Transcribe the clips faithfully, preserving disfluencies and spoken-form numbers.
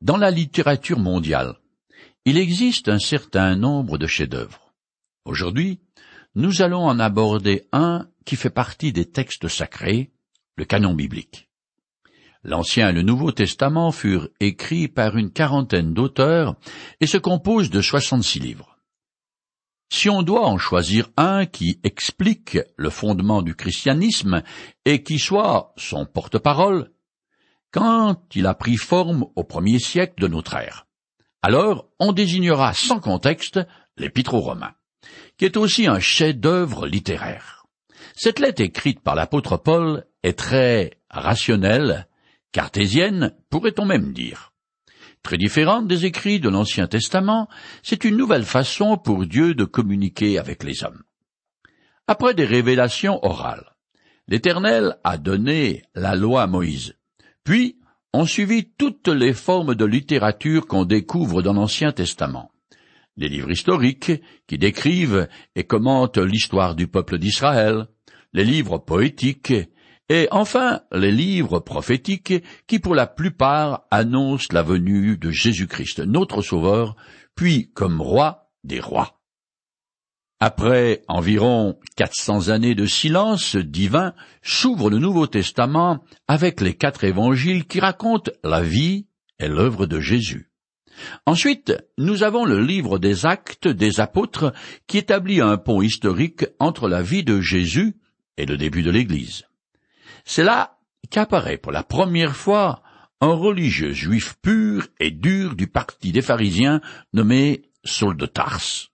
Dans la littérature mondiale, il existe un certain nombre de chefs-d'œuvre. Aujourd'hui, nous allons en aborder un qui fait partie des textes sacrés, le canon biblique. L'Ancien et le Nouveau Testament furent écrits par une quarantaine d'auteurs et se composent de soixante-six livres. Si on doit en choisir un qui explique le fondement du christianisme et qui soit son porte-parole, quand il a pris forme au premier siècle de notre ère, alors on désignera sans contexte l'Épître aux Romains, qui est aussi un chef-d'œuvre littéraire. Cette lettre écrite par l'apôtre Paul est très rationnelle, cartésienne, pourrait-on même dire. Très différente des écrits de l'Ancien Testament, c'est une nouvelle façon pour Dieu de communiquer avec les hommes. Après des révélations orales, l'Éternel a donné la loi à Moïse. Puis, on suivit toutes les formes de littérature qu'on découvre dans l'Ancien Testament. Les livres historiques qui décrivent et commentent l'histoire du peuple d'Israël, les livres poétiques, et enfin les livres prophétiques qui pour la plupart annoncent la venue de Jésus-Christ, notre Sauveur, puis comme roi des rois. Après environ quatre cents années de silence divin, s'ouvre le Nouveau Testament avec les quatre évangiles qui racontent la vie et l'œuvre de Jésus. Ensuite, nous avons le livre des Actes des Apôtres qui établit un pont historique entre la vie de Jésus et le début de l'Église. C'est là qu'apparaît pour la première fois un religieux juif pur et dur du parti des pharisiens nommé Saul de Tarse.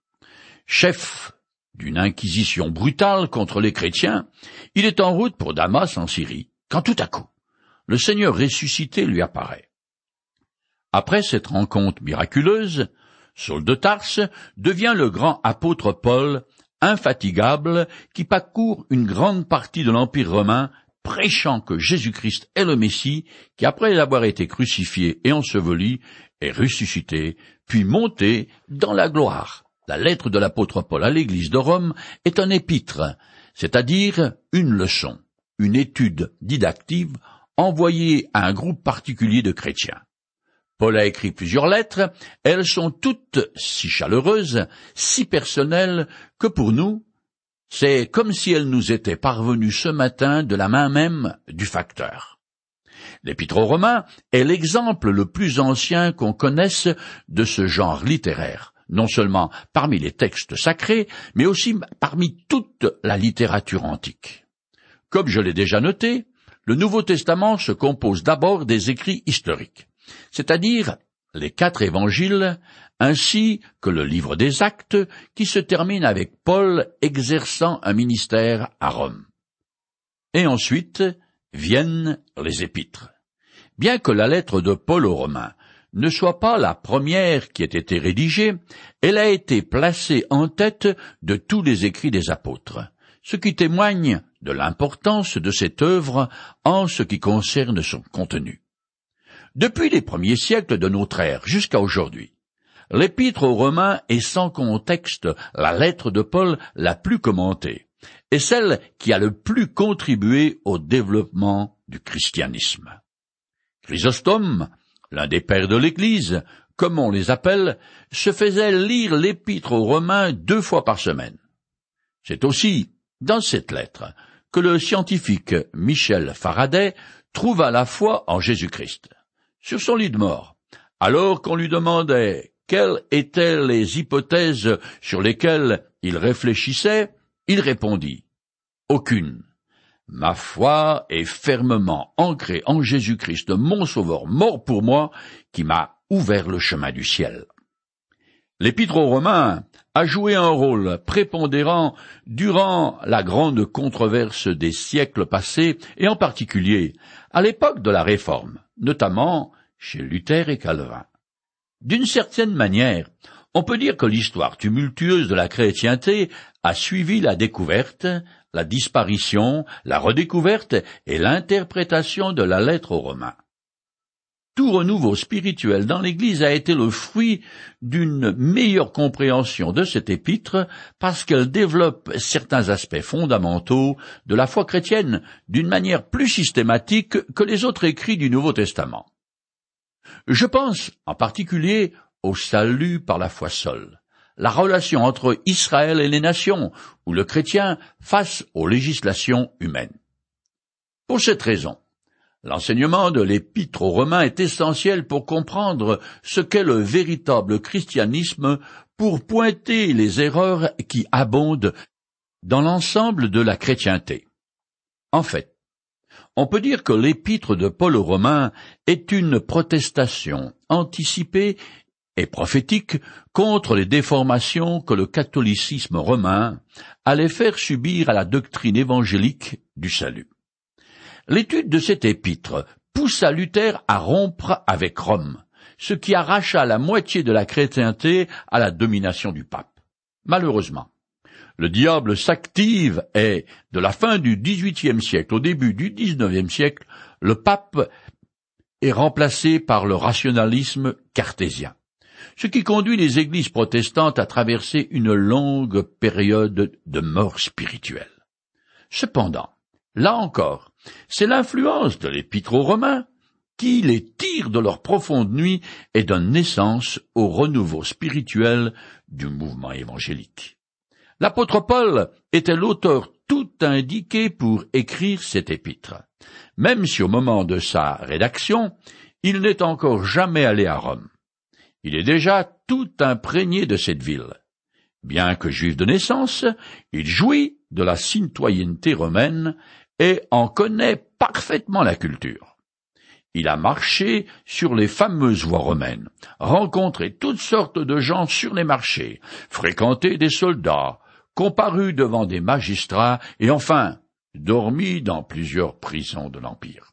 Chef d'une inquisition brutale contre les chrétiens, il est en route pour Damas en Syrie, quand tout à coup, le Seigneur ressuscité lui apparaît. Après cette rencontre miraculeuse, Saul de Tarse devient le grand apôtre Paul, infatigable, qui parcourt une grande partie de l'Empire romain, prêchant que Jésus-Christ est le Messie, qui après avoir été crucifié et enseveli, est ressuscité, puis monté dans la gloire. La lettre de l'apôtre Paul à l'Église de Rome est un épître, c'est-à-dire une leçon, une étude didactive envoyée à un groupe particulier de chrétiens. Paul a écrit plusieurs lettres, elles sont toutes si chaleureuses, si personnelles, que pour nous, c'est comme si elles nous étaient parvenues ce matin de la main même du facteur. L'Épître aux Romains est l'exemple le plus ancien qu'on connaisse de ce genre littéraire, non seulement parmi les textes sacrés, mais aussi parmi toute la littérature antique. Comme je l'ai déjà noté, le Nouveau Testament se compose d'abord des écrits historiques, c'est-à-dire les quatre évangiles, ainsi que le livre des Actes, qui se termine avec Paul exerçant un ministère à Rome. Et ensuite viennent les épîtres. Bien que la lettre de Paul aux Romains ne soit pas la première qui ait été rédigée, elle a été placée en tête de tous les écrits des apôtres, ce qui témoigne de l'importance de cette œuvre en ce qui concerne son contenu. Depuis les premiers siècles de notre ère jusqu'à aujourd'hui, l'Épître aux Romains est sans contexte la lettre de Paul la plus commentée, et celle qui a le plus contribué au développement du christianisme. Chrysostome, l'un des pères de l'Église, comme on les appelle, se faisait lire l'Épître aux Romains deux fois par semaine. C'est aussi dans cette lettre que le scientifique Michel Faraday trouva la foi en Jésus-Christ. Sur son lit de mort, alors qu'on lui demandait quelles étaient les hypothèses sur lesquelles il réfléchissait, il répondit « Aucune. Ma foi est fermement ancrée en Jésus-Christ, mon Sauveur, mort pour moi, qui m'a ouvert le chemin du ciel. » L'Épître aux Romains a joué un rôle prépondérant durant la grande controverse des siècles passés, et en particulier à l'époque de la Réforme, notamment chez Luther et Calvin. D'une certaine manière, on peut dire que l'histoire tumultueuse de la chrétienté a suivi la découverte, la disparition, la redécouverte et l'interprétation de la lettre aux Romains. Tout renouveau spirituel dans l'Église a été le fruit d'une meilleure compréhension de cette épître parce qu'elle développe certains aspects fondamentaux de la foi chrétienne d'une manière plus systématique que les autres écrits du Nouveau Testament. Je pense en particulier au salut par la foi seule, la relation entre Israël et les nations, ou le chrétien face aux législations humaines. Pour cette raison, l'enseignement de l'Épître aux Romains est essentiel pour comprendre ce qu'est le véritable christianisme, pour pointer les erreurs qui abondent dans l'ensemble de la chrétienté. En fait, on peut dire que l'Épître de Paul aux Romains est une protestation anticipée et prophétique contre les déformations que le catholicisme romain allait faire subir à la doctrine évangélique du salut. L'étude de cet épître poussa Luther à rompre avec Rome, ce qui arracha la moitié de la chrétienté à la domination du pape. Malheureusement, le diable s'active et, de la fin du dix-huitième siècle au début du dix-neuvième siècle, le pape est remplacé par le rationalisme cartésien, ce qui conduit les églises protestantes à traverser une longue période de mort spirituelle. Cependant, là encore, c'est l'influence de l'Épître aux Romains qui les tire de leur profonde nuit et donne naissance au renouveau spirituel du mouvement évangélique. L'apôtre Paul était l'auteur tout indiqué pour écrire cet épître, même si au moment de sa rédaction, il n'est encore jamais allé à Rome. Il est déjà tout imprégné de cette ville. Bien que juif de naissance, il jouit de la citoyenneté romaine et en connaît parfaitement la culture. Il a marché sur les fameuses voies romaines, rencontré toutes sortes de gens sur les marchés, fréquenté des soldats, comparu devant des magistrats et enfin dormi dans plusieurs prisons de l'Empire.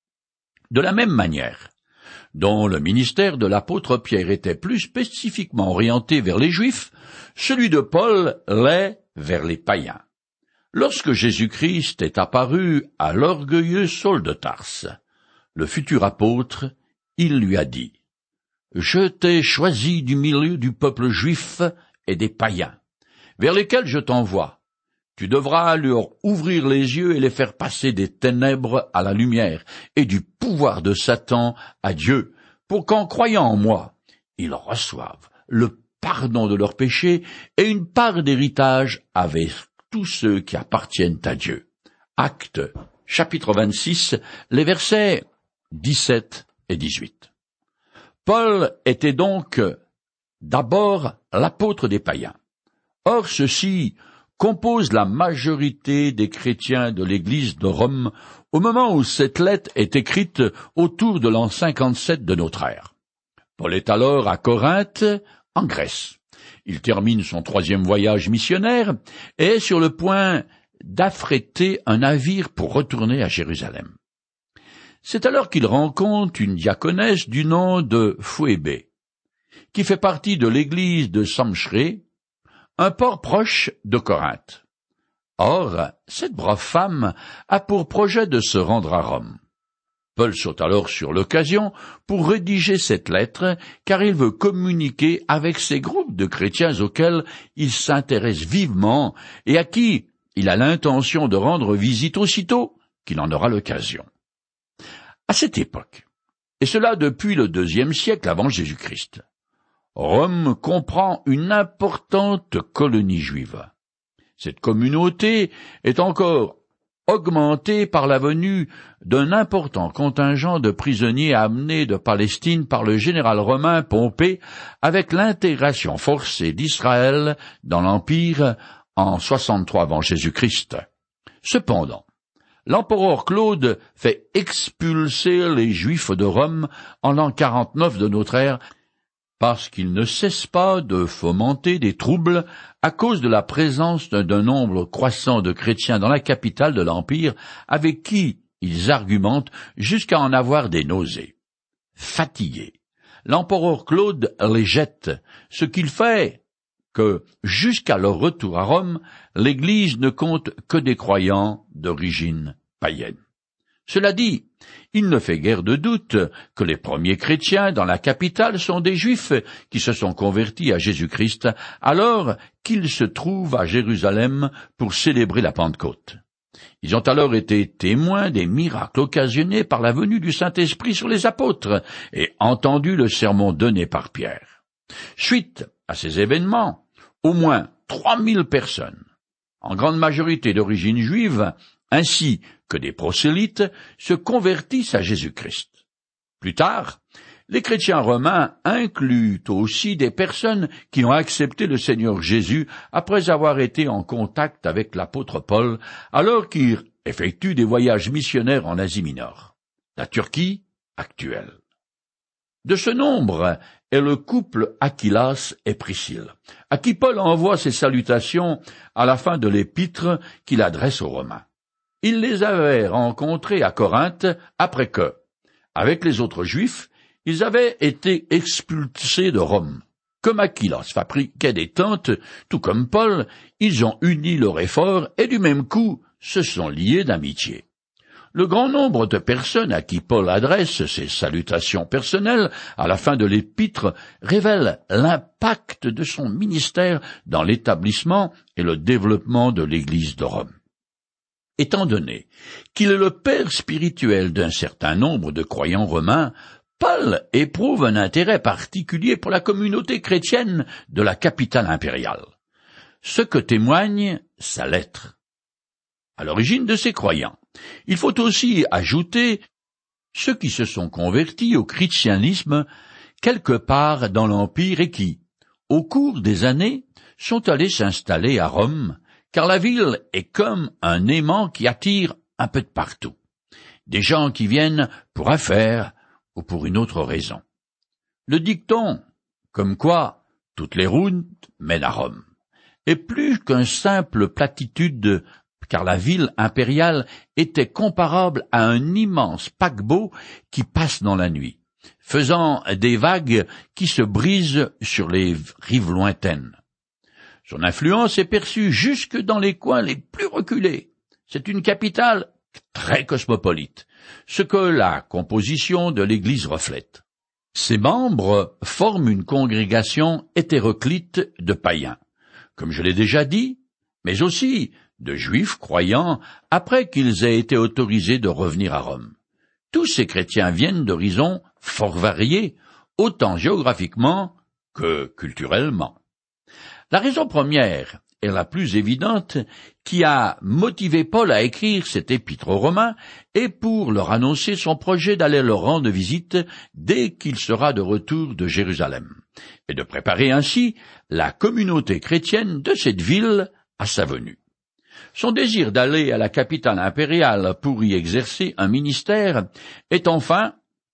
De la même manière, dont le ministère de l'apôtre Pierre était plus spécifiquement orienté vers les Juifs, celui de Paul l'est vers les païens. Lorsque Jésus-Christ est apparu à l'orgueilleux Saul de Tarse, le futur apôtre, il lui a dit « Je t'ai choisi du milieu du peuple juif et des païens, vers lesquels je t'envoie. Tu devras leur ouvrir les yeux et les faire passer des ténèbres à la lumière et du pouvoir de Satan à Dieu, pour qu'en croyant en moi, ils reçoivent le pardon de leurs péchés et une part d'héritage avec tous ceux qui appartiennent à Dieu. » Actes, chapitre vingt-six, les versets dix-sept et dix-huit. Paul était donc d'abord l'apôtre des païens. Or, ceux-ci composent la majorité des chrétiens de l'Église de Rome au moment où cette lettre est écrite autour de l'an cinquante-sept de notre ère. Paul est alors à Corinthe, en Grèce. Il termine son troisième voyage missionnaire et est sur le point d'affréter un navire pour retourner à Jérusalem. C'est alors qu'il rencontre une diaconesse du nom de Phoébé, qui fait partie de l'église de Samchré, un port proche de Corinthe. Or, cette brave femme a pour projet de se rendre à Rome. Paul saute alors sur l'occasion pour rédiger cette lettre, car il veut communiquer avec ces groupes de chrétiens auxquels il s'intéresse vivement et à qui il a l'intention de rendre visite aussitôt qu'il en aura l'occasion. À cette époque, et cela depuis le deuxième siècle avant Jésus-Christ, Rome comprend une importante colonie juive. Cette communauté est encore augmentée par la venue d'un important contingent de prisonniers amenés de Palestine par le général romain Pompée avec l'intégration forcée d'Israël dans l'Empire en soixante-trois avant Jésus-Christ. Cependant, l'empereur Claude fait expulser les Juifs de Rome en l'an quarante-neuf de notre ère parce qu'il ne cesse pas de fomenter des troubles à cause de la présence d'un nombre croissant de chrétiens dans la capitale de l'Empire avec qui ils argumentent jusqu'à en avoir des nausées. Fatigué, l'empereur Claude les jette, ce qu'il fait que, jusqu'à leur retour à Rome, l'Église ne compte que des croyants d'origine païenne. Cela dit, il ne fait guère de doute que les premiers chrétiens dans la capitale sont des Juifs qui se sont convertis à Jésus-Christ alors qu'ils se trouvent à Jérusalem pour célébrer la Pentecôte. Ils ont alors été témoins des miracles occasionnés par la venue du Saint-Esprit sur les apôtres et entendu le sermon donné par Pierre. Suite à ces événements, au moins trois mille personnes, en grande majorité d'origine juive, ainsi que des prosélytes, se convertissent à Jésus-Christ. Plus tard, les chrétiens romains incluent aussi des personnes qui ont accepté le Seigneur Jésus après avoir été en contact avec l'apôtre Paul, alors qu'il effectue des voyages missionnaires en Asie mineure, la Turquie actuelle. De ce nombre est le couple Aquilas et Priscille, à qui Paul envoie ses salutations à la fin de l'épître qu'il adresse aux Romains. Il les avait rencontrés à Corinthe après que, avec les autres Juifs, ils avaient été expulsés de Rome. Comme Aquilas fabriquait des tentes, tout comme Paul, ils ont uni leurs efforts et du même coup se sont liés d'amitié. Le grand nombre de personnes à qui Paul adresse ses salutations personnelles à la fin de l'épître révèle l'impact de son ministère dans l'établissement et le développement de l'Église de Rome. Étant donné qu'il est le père spirituel d'un certain nombre de croyants romains, Paul éprouve un intérêt particulier pour la communauté chrétienne de la capitale impériale, ce que témoigne sa lettre. À l'origine de ces croyants, il faut aussi ajouter ceux qui se sont convertis au christianisme quelque part dans l'Empire et qui, au cours des années, sont allés s'installer à Rome, car la ville est comme un aimant qui attire un peu de partout. Des gens qui viennent pour affaires ou pour une autre raison. Le dicton, comme quoi toutes les routes mènent à Rome, est plus qu'une simple platitude, car la ville impériale était comparable à un immense paquebot qui passe dans la nuit, faisant des vagues qui se brisent sur les rives lointaines. Son influence est perçue jusque dans les coins les plus reculés. C'est une capitale très cosmopolite, ce que la composition de l'Église reflète. Ses membres forment une congrégation hétéroclite de païens, comme je l'ai déjà dit, mais aussi de juifs croyants après qu'ils aient été autorisés de revenir à Rome. Tous ces chrétiens viennent d'horizons fort variés, autant géographiquement que culturellement. La raison première et la plus évidente qui a motivé Paul à écrire cet épître aux Romains est pour leur annoncer son projet d'aller leur rendre visite dès qu'il sera de retour de Jérusalem, et de préparer ainsi la communauté chrétienne de cette ville à sa venue. Son désir d'aller à la capitale impériale pour y exercer un ministère est enfin,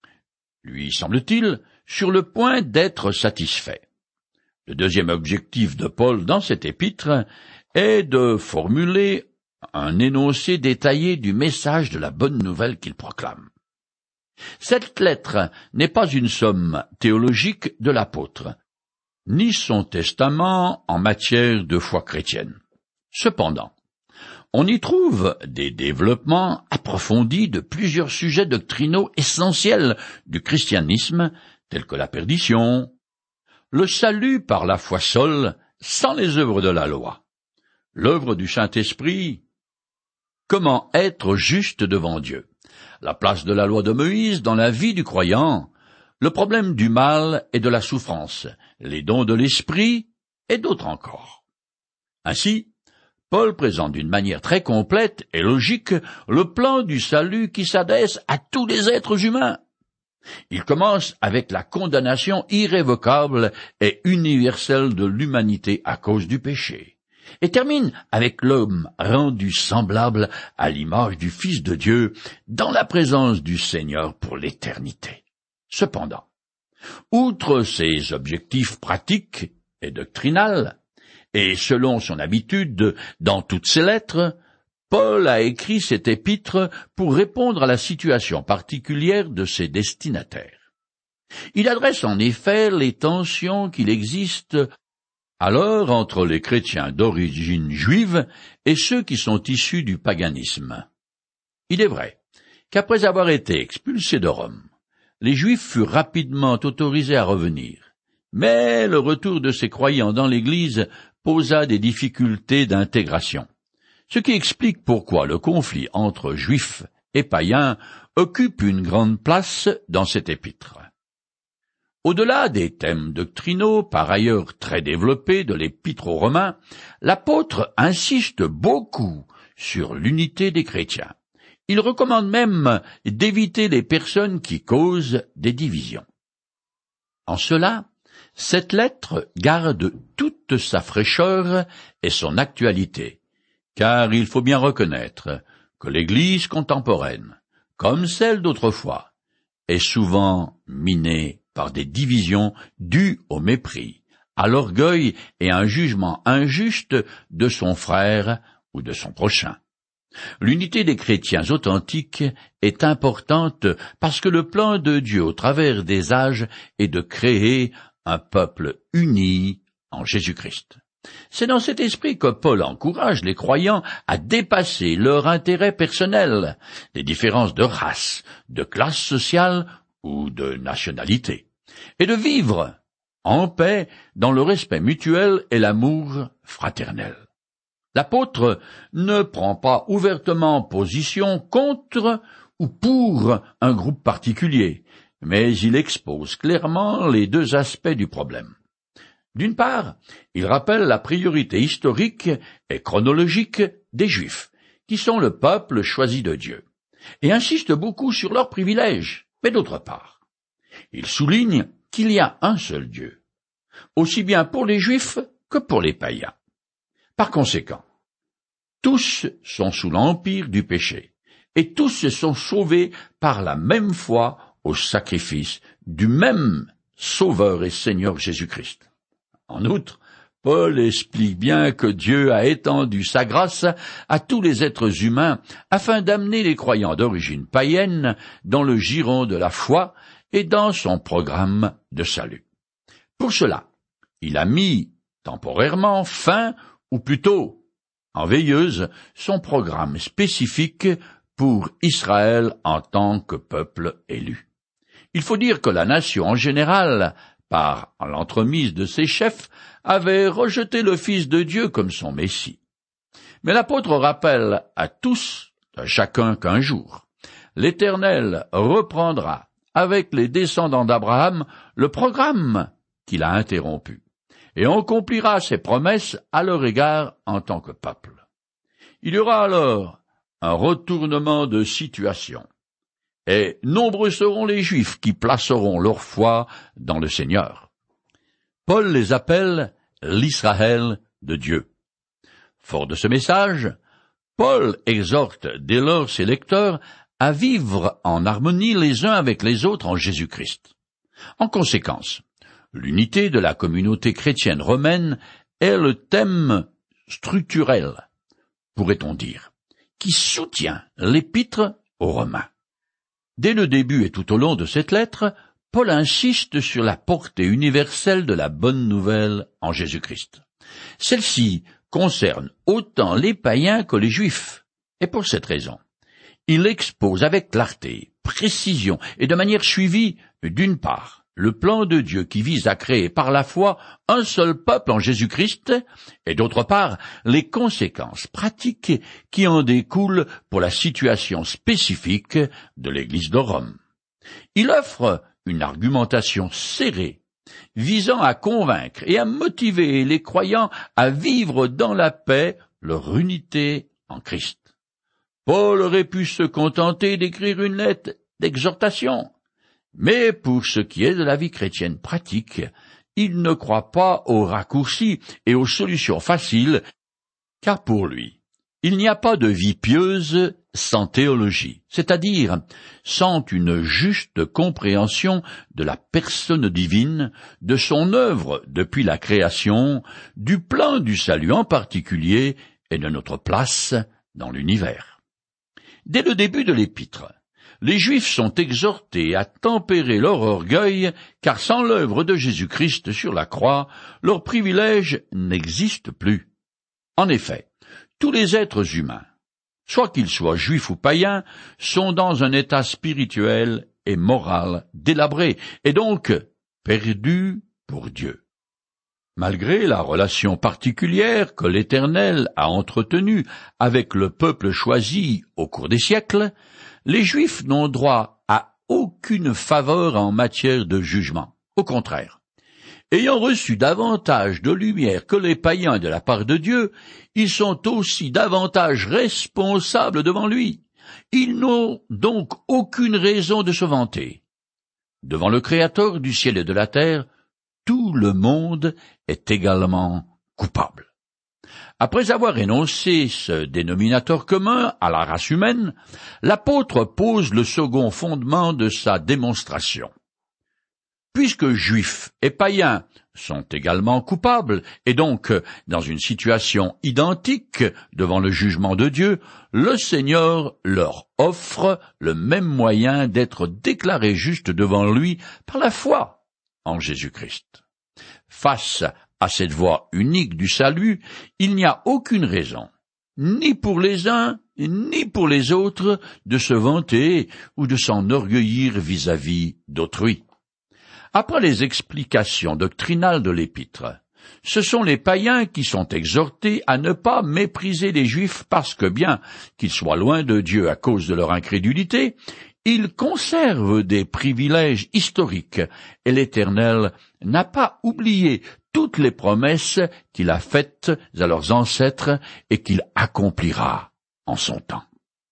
lui semble-t-il, sur le point d'être satisfait. Le deuxième objectif de Paul dans cet épître est de formuler un énoncé détaillé du message de la bonne nouvelle qu'il proclame. Cette lettre n'est pas une somme théologique de l'apôtre, ni son testament en matière de foi chrétienne. Cependant, on y trouve des développements approfondis de plusieurs sujets doctrinaux essentiels du christianisme, tels que la perdition, le salut par la foi seule, sans les œuvres de la loi, l'œuvre du Saint-Esprit, comment être juste devant Dieu, la place de la loi de Moïse dans la vie du croyant, le problème du mal et de la souffrance, les dons de l'Esprit et d'autres encore. Ainsi, Paul présente d'une manière très complète et logique le plan du salut qui s'adresse à tous les êtres humains. Il commence avec la condamnation irrévocable et universelle de l'humanité à cause du péché, et termine avec l'homme rendu semblable à l'image du Fils de Dieu dans la présence du Seigneur pour l'éternité. Cependant, outre ces objectifs pratiques et doctrinales, et selon son habitude dans toutes ses lettres, Paul a écrit cet épître pour répondre à la situation particulière de ses destinataires. Il adresse en effet les tensions qu'il existe alors entre les chrétiens d'origine juive et ceux qui sont issus du paganisme. Il est vrai qu'après avoir été expulsés de Rome, les Juifs furent rapidement autorisés à revenir, mais le retour de ces croyants dans l'Église posa des difficultés d'intégration. ce qui explique pourquoi le conflit entre juifs et païens occupe une grande place dans cet épître. Au-delà des thèmes doctrinaux, par ailleurs très développés de l'épître aux Romains, l'apôtre insiste beaucoup sur l'unité des chrétiens. Il recommande même d'éviter les personnes qui causent des divisions. En cela, cette lettre garde toute sa fraîcheur et son actualité, car il faut bien reconnaître que l'Église contemporaine, comme celle d'autrefois, est souvent minée par des divisions dues au mépris, à l'orgueil et à un jugement injuste de son frère ou de son prochain. L'unité des chrétiens authentiques est importante parce que le plan de Dieu au travers des âges est de créer un peuple uni en Jésus-Christ. C'est dans cet esprit que Paul encourage les croyants à dépasser leur intérêt personnel, les différences de race, de classe sociale ou de nationalité, et de vivre en paix dans le respect mutuel et l'amour fraternel. L'apôtre ne prend pas ouvertement position contre ou pour un groupe particulier, mais il expose clairement les deux aspects du problème. D'une part, il rappelle la priorité historique et chronologique des Juifs, qui sont le peuple choisi de Dieu, et insiste beaucoup sur leurs privilèges. Mais d'autre part, il souligne qu'il y a un seul Dieu, aussi bien pour les Juifs que pour les païens. Par conséquent, tous sont sous l'empire du péché, et tous sont sauvés par la même foi au sacrifice du même Sauveur et Seigneur Jésus-Christ. En outre, Paul explique bien que Dieu a étendu sa grâce à tous les êtres humains afin d'amener les croyants d'origine païenne dans le giron de la foi et dans son programme de salut. Pour cela, il a mis temporairement fin, ou plutôt en veilleuse, son programme spécifique pour Israël en tant que peuple élu. Il faut dire que la nation en général, par l'entremise de ses chefs, avait rejeté le Fils de Dieu comme son Messie. Mais l'apôtre rappelle à tous, à chacun qu'un jour, l'Éternel reprendra avec les descendants d'Abraham le programme qu'il a interrompu, et accomplira ses promesses à leur égard en tant que peuple. Il y aura alors un retournement de situation, et nombreux seront les Juifs qui placeront leur foi dans le Seigneur. Paul les appelle l'Israël de Dieu. Fort de ce message, Paul exhorte dès lors ses lecteurs à vivre en harmonie les uns avec les autres en Jésus-Christ. En conséquence, l'unité de la communauté chrétienne romaine est le thème structurel, pourrait-on dire, qui soutient l'épître aux Romains. Dès le début et tout au long de cette lettre, Paul insiste sur la portée universelle de la bonne nouvelle en Jésus-Christ. Celle-ci concerne autant les païens que les juifs, et pour cette raison, il expose avec clarté, précision et de manière suivie, d'une part, le plan de Dieu qui vise à créer par la foi un seul peuple en Jésus-Christ, et d'autre part, les conséquences pratiques qui en découlent pour la situation spécifique de l'Église de Rome. Il offre une argumentation serrée, visant à convaincre et à motiver les croyants à vivre dans la paix leur unité en Christ. Paul aurait pu se contenter d'écrire une lettre d'exhortation, mais pour ce qui est de la vie chrétienne pratique, il ne croit pas aux raccourcis et aux solutions faciles, car pour lui, il n'y a pas de vie pieuse sans théologie, c'est-à-dire sans une juste compréhension de la personne divine, de son œuvre depuis la création, du plan du salut en particulier et de notre place dans l'univers. Dès le début de l'épître, les Juifs sont exhortés à tempérer leur orgueil, car sans l'œuvre de Jésus-Christ sur la croix, leur privilège n'existe plus. En effet, tous les êtres humains, soit qu'ils soient juifs ou païens, sont dans un état spirituel et moral délabré, et donc perdus pour Dieu. Malgré la relation particulière que l'Éternel a entretenue avec le peuple choisi au cours des siècles, les Juifs n'ont droit à aucune faveur en matière de jugement. Au contraire, ayant reçu davantage de lumière que les païens de la part de Dieu, ils sont aussi davantage responsables devant lui. Ils n'ont donc aucune raison de se vanter. Devant le Créateur du ciel et de la terre, tout le monde est également coupable. Après avoir énoncé ce dénominateur commun à la race humaine, l'apôtre pose le second fondement de sa démonstration. Puisque juifs et païens sont également coupables, et donc dans une situation identique devant le jugement de Dieu, le Seigneur leur offre le même moyen d'être déclarés justes devant lui par la foi en Jésus-Christ. Face à cette voie unique du salut, il n'y a aucune raison, ni pour les uns, ni pour les autres, de se vanter ou de s'enorgueillir vis-à-vis d'autrui. Après les explications doctrinales de l'Épître, ce sont les païens qui sont exhortés à ne pas mépriser les Juifs parce que, bien qu'ils soient loin de Dieu à cause de leur incrédulité, ils conservent des privilèges historiques et l'Éternel n'a pas oublié toutes les promesses qu'il a faites à leurs ancêtres et qu'il accomplira en son temps.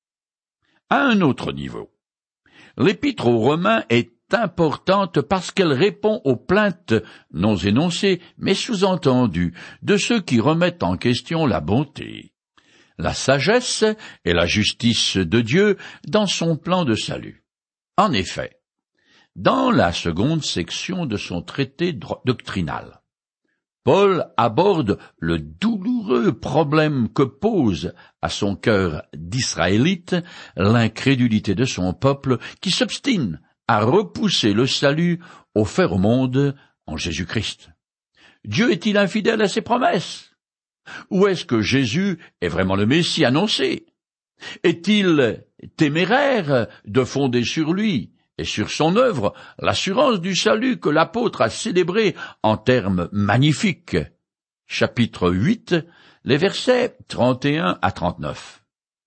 À un autre niveau, l'Épître aux Romains est importante parce qu'elle répond aux plaintes non énoncées mais sous-entendues de ceux qui remettent en question la bonté, la sagesse et la justice de Dieu dans son plan de salut. En effet, dans la seconde section de son traité doctrinal, Paul aborde le douloureux problème que pose à son cœur d'Israélite l'incrédulité de son peuple qui s'obstine à repousser le salut offert au monde en Jésus-Christ. Dieu est-il infidèle à ses promesses? Ou est-ce que Jésus est vraiment le Messie annoncé? Est-il téméraire de fonder sur lui et sur son œuvre l'assurance du salut que l'apôtre a célébré en termes magnifiques? Chapitre huit, les versets trente et un à trente-neuf.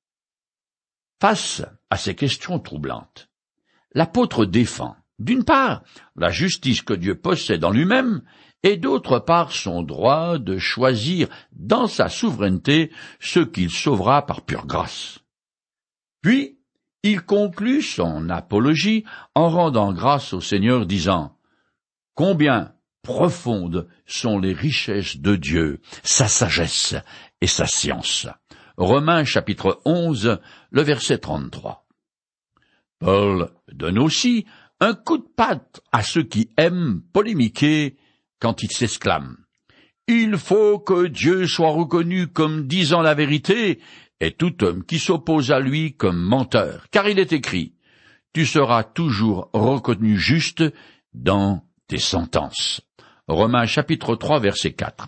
Face à ces questions troublantes, l'apôtre défend, d'une part, la justice que Dieu possède en lui-même, et d'autre part son droit de choisir dans sa souveraineté ceux qu'il sauvera par pure grâce. Puis, il conclut son apologie en rendant grâce au Seigneur, disant « Combien profondes sont les richesses de Dieu, sa sagesse et sa science » Romains chapitre onze, le verset trente-trois. Paul donne aussi un coup de patte à ceux qui aiment polémiquer quand ils s'exclament « Il faut que Dieu soit reconnu comme disant la vérité, et tout homme qui s'oppose à lui comme menteur, car il est écrit « Tu seras toujours reconnu juste dans tes sentences ». Romains chapitre trois, verset quatre.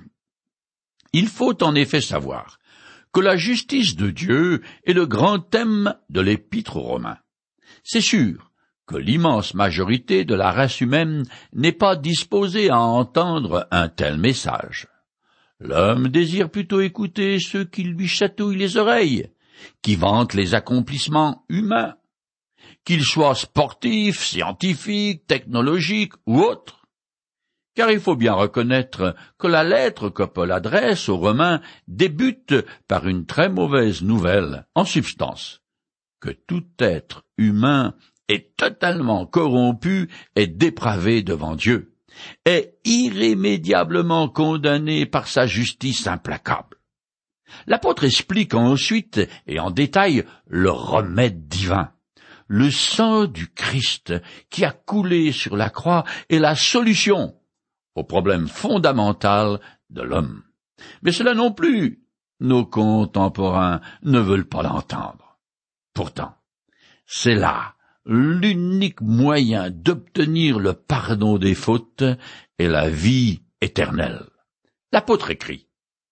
Il faut en effet savoir que la justice de Dieu est le grand thème de l'Épître aux Romains. C'est sûr que l'immense majorité de la race humaine n'est pas disposée à entendre un tel message. L'homme désire plutôt écouter ceux qui lui chatouillent les oreilles, qui vantent les accomplissements humains, qu'ils soient sportifs, scientifiques, technologiques ou autres. Car il faut bien reconnaître que la lettre que Paul adresse aux Romains débute par une très mauvaise nouvelle, en substance, que tout être humain est totalement corrompu et dépravé devant Dieu, est irrémédiablement condamné par sa justice implacable. L'apôtre explique ensuite et en détail le remède divin. Le sang du Christ qui a coulé sur la croix est la solution au problème fondamental de l'homme. Mais cela non plus, nos contemporains ne veulent pas l'entendre. Pourtant, c'est là l'unique moyen d'obtenir le pardon des fautes et la vie éternelle. L'apôtre écrit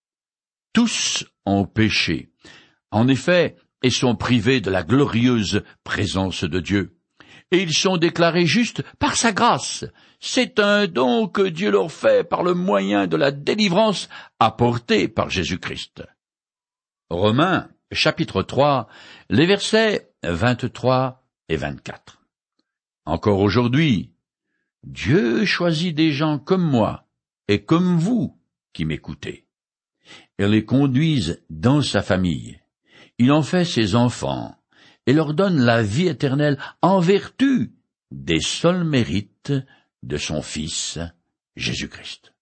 « Tous ont péché, en effet, et sont privés de la glorieuse présence de Dieu. et ils sont déclarés justes par sa grâce. C'est un don que Dieu leur fait par le moyen de la délivrance apportée par Jésus-Christ. Romains, chapitre trois, les versets vingt-trois et vingt-quatre. Encore aujourd'hui, Dieu choisit des gens comme moi et comme vous qui m'écoutez, et les conduise dans sa famille. Il en fait ses enfants et leur donne la vie éternelle en vertu des seuls mérites de son Fils Jésus-Christ.